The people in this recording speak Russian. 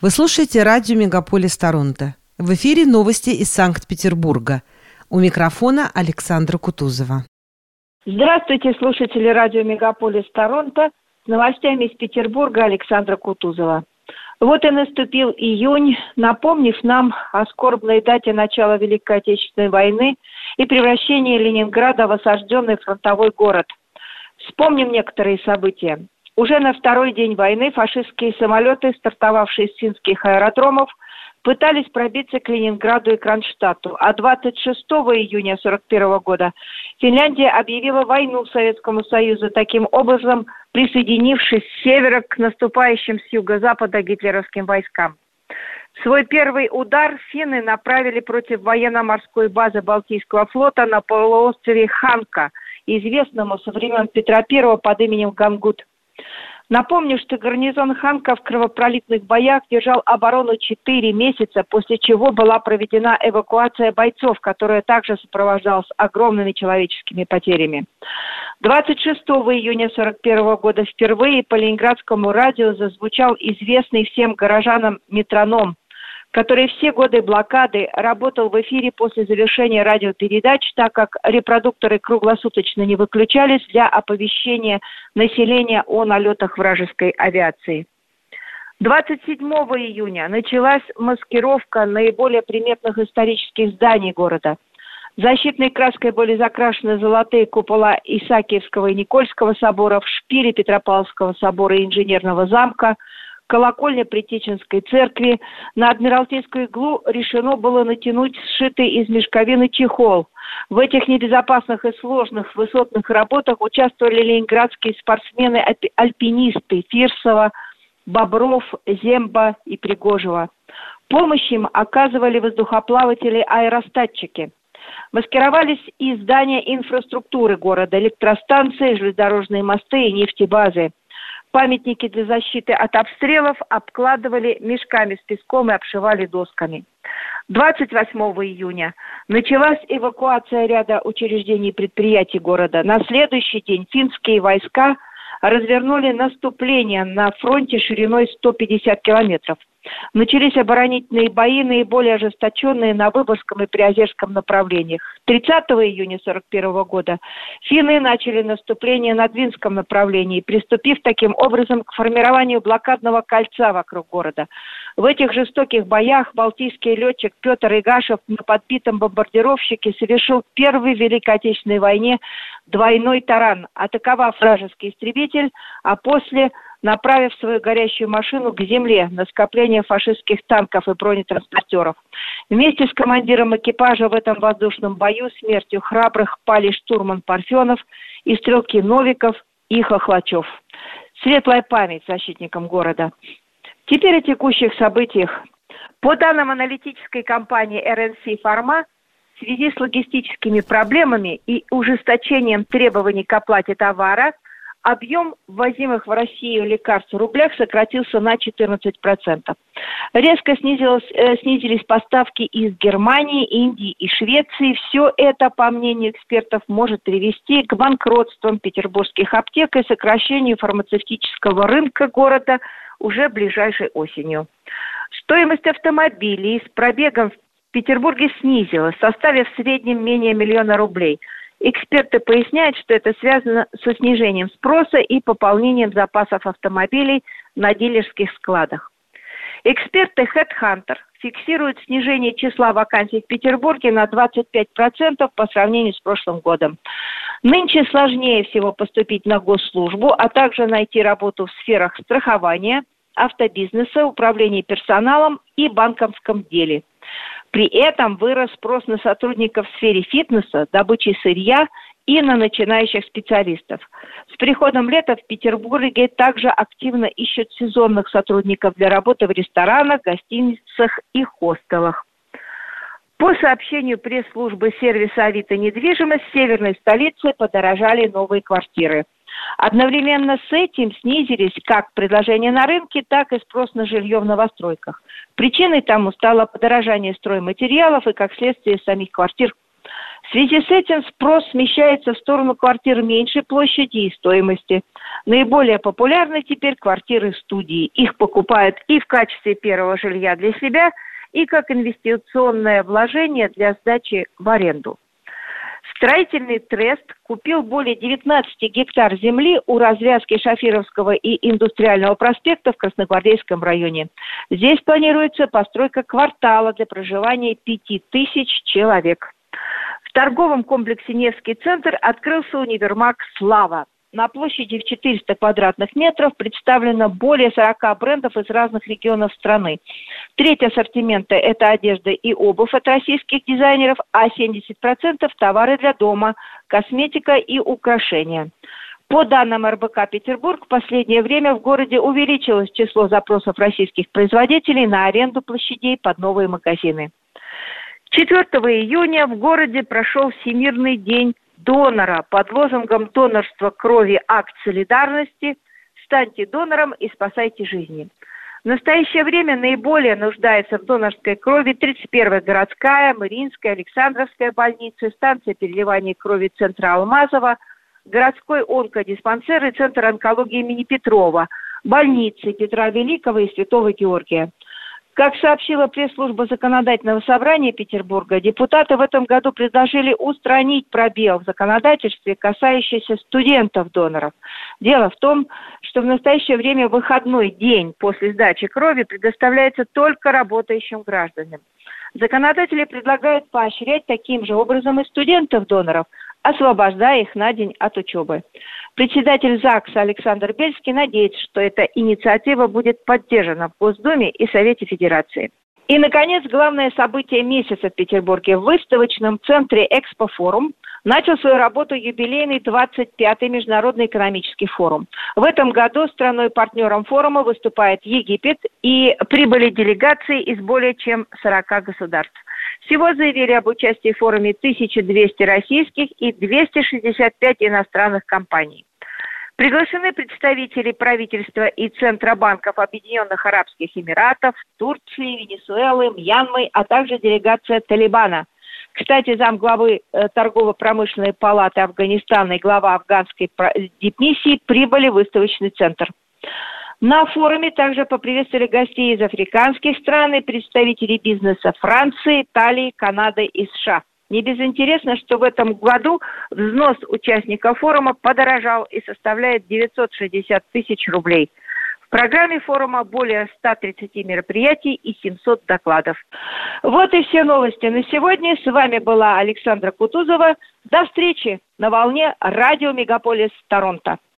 Вы слушаете радио «Мегаполис Торонто». В эфире новости из Санкт-Петербурга. У микрофона Александра Кутузова. Здравствуйте, слушатели радио «Мегаполис Торонто». С новостями из Петербурга Александра Кутузова. Вот и наступил июнь, напомнив нам о скорбной дате начала Великой Отечественной войны и превращения Ленинграда в осажденный фронтовой город. Вспомним некоторые события. Уже на второй день войны фашистские самолеты, стартовавшие с финских аэродромов, пытались пробиться к Ленинграду и Кронштадту, а 26 июня 1941 года Финляндия объявила войну Советскому Союзу, таким образом присоединившись с севера к наступающим с юго-запада гитлеровским войскам. Свой первый удар финны направили против военно-морской базы Балтийского флота на полуострове Ханка, известному со времен Петра I под именем Гангут. Напомню, что гарнизон Ханка в кровопролитных боях держал оборону 4 месяца, после чего была проведена эвакуация бойцов, которая также сопровождалась огромными человеческими потерями. 26 июня 1941 года впервые по ленинградскому радио зазвучал известный всем горожанам метроном, который все годы блокады работал в эфире после завершения радиопередач, так как репродукторы круглосуточно не выключались для оповещения населения о налетах вражеской авиации. 27 июня началась маскировка наиболее приметных исторических зданий города. Защитной краской были закрашены золотые купола Исаакиевского и Никольского соборов, шпили Петропавловского собора и Инженерного замка, колокольня Притеченской церкви. На Адмиралтейскую иглу решено было натянуть сшитый из мешковины чехол. В этих небезопасных и сложных высотных работах участвовали ленинградские спортсмены-альпинисты Фирсова, Бобров, Земба и Пригожева. Помощь им оказывали воздухоплаватели-аэростатчики. Маскировались и здания инфраструктуры города, электростанции, железнодорожные мосты и нефтебазы. Памятники для защиты от обстрелов обкладывали мешками с песком и обшивали досками. 28 июня началась эвакуация ряда учреждений и предприятий города. На следующий день финские войска развернули наступление на фронте шириной 150 километров. Начались оборонительные бои, наиболее ожесточенные на Выборгском и Приозерском направлениях. 30 июня 1941 года финны начали наступление на Двинском направлении, приступив таким образом к формированию блокадного кольца вокруг города. В этих жестоких боях балтийский летчик Петр Игашев на подбитом бомбардировщике совершил в Первой Великой Отечественной войне двойной таран, атаковав вражеский истребитель, а после направив свою горящую машину к земле на скопление фашистских танков и бронетранспортеров. Вместе с командиром экипажа в этом воздушном бою смертью храбрых пали штурман Парфенов и стрелки Новиков и Хохлачев. Светлая память защитникам города. Теперь о текущих событиях. По данным аналитической компании RNC Pharma, в связи с логистическими проблемами и ужесточением требований к оплате товара, объем ввозимых в Россию лекарств в рублях сократился на 14%. Резко снизились поставки из Германии, Индии и Швеции. Все это, по мнению экспертов, может привести к банкротствам петербургских аптек и сокращению фармацевтического рынка города уже ближайшей осенью. Стоимость автомобилей с пробегом в Петербурге снизилась, составив в среднем менее 1 000 000 рублей. Эксперты поясняют, что это связано со снижением спроса и пополнением запасов автомобилей на дилерских складах. Эксперты HeadHunter фиксируют снижение числа вакансий в Петербурге на 25% по сравнению с прошлым годом. Нынче сложнее всего поступить на госслужбу, а также найти работу в сферах страхования, автобизнеса, управления персоналом и банковском деле. При этом вырос спрос на сотрудников в сфере фитнеса, добычи сырья и на начинающих специалистов. С приходом лета в Петербурге также активно ищут сезонных сотрудников для работы в ресторанах, гостиницах и хостелах. По сообщению пресс-службы сервиса Авито недвижимость в северной столице подорожали новые квартиры. Одновременно с этим снизились как предложения на рынке, так и спрос на жилье в новостройках. Причиной тому стало подорожание стройматериалов и, как следствие, самих квартир. В связи с этим спрос смещается в сторону квартир меньшей площади и стоимости. Наиболее популярны теперь квартиры-студии. Их покупают и в качестве первого жилья для себя, и как инвестиционное вложение для сдачи в аренду. Строительный трест купил более 19 гектар земли у развязки Шафировского и Индустриального проспекта в Красногвардейском районе. Здесь планируется постройка квартала для проживания 5000 человек. В торговом комплексе «Невский центр» открылся универмаг «Слава». На площади в 400 квадратных метров представлено более 40 брендов из разных регионов страны. Треть ассортимента – это одежда и обувь от российских дизайнеров, а 70% – товары для дома, косметика и украшения. По данным РБК «Петербург», в последнее время в городе увеличилось число запросов российских производителей на аренду площадей под новые магазины. 4 июня в городе прошел Всемирный день донора под лозунгом «Донорство крови. Акт солидарности. Станьте донором и спасайте жизни». В настоящее время наиболее нуждается в донорской крови 31-я городская, Мариинская, Александровская больницы, станция переливания крови центра Алмазова, городской онкодиспансер и центр онкологии имени Петрова, больницы Петра Великого и Святого Георгия. Как сообщила пресс-служба Законодательного собрания Петербурга, депутаты в этом году предложили устранить пробел в законодательстве, касающийся студентов-доноров. Дело в том, что в настоящее время выходной день после сдачи крови предоставляется только работающим гражданам. Законодатели предлагают поощрять таким же образом и студентов-доноров, освобождая их на день от учебы. Председатель ЗАГСа Александр Бельский надеется, что эта инициатива будет поддержана в Госдуме и Совете Федерации. И, наконец, главное событие месяца в Петербурге. В выставочном центре «Экспофорум» начал свою работу юбилейный 25-й Международный экономический форум. В этом году страной-партнером форума выступает Египет, и прибыли делегации из более чем 40 государств. Всего заявили об участии в форуме 1200 российских и 265 иностранных компаний. Приглашены представители правительства и Центробанков Объединенных Арабских Эмиратов, Турции, Венесуэлы, Мьянмы, а также делегация Талибана. Кстати, замглавы торгово-промышленной палаты Афганистана и глава афганской дипмиссии прибыли в выставочный центр. На форуме также поприветствовали гостей из африканских стран и представителей бизнеса Франции, Италии, Канады и США. Не безинтересно, что в этом году взнос участников форума подорожал и составляет 960 тысяч рублей. В программе форума более 130 мероприятий и 700 докладов. Вот и все новости на сегодня. С вами была Александра Кутузова. До встречи на волне радио «Мегаполис Торонто».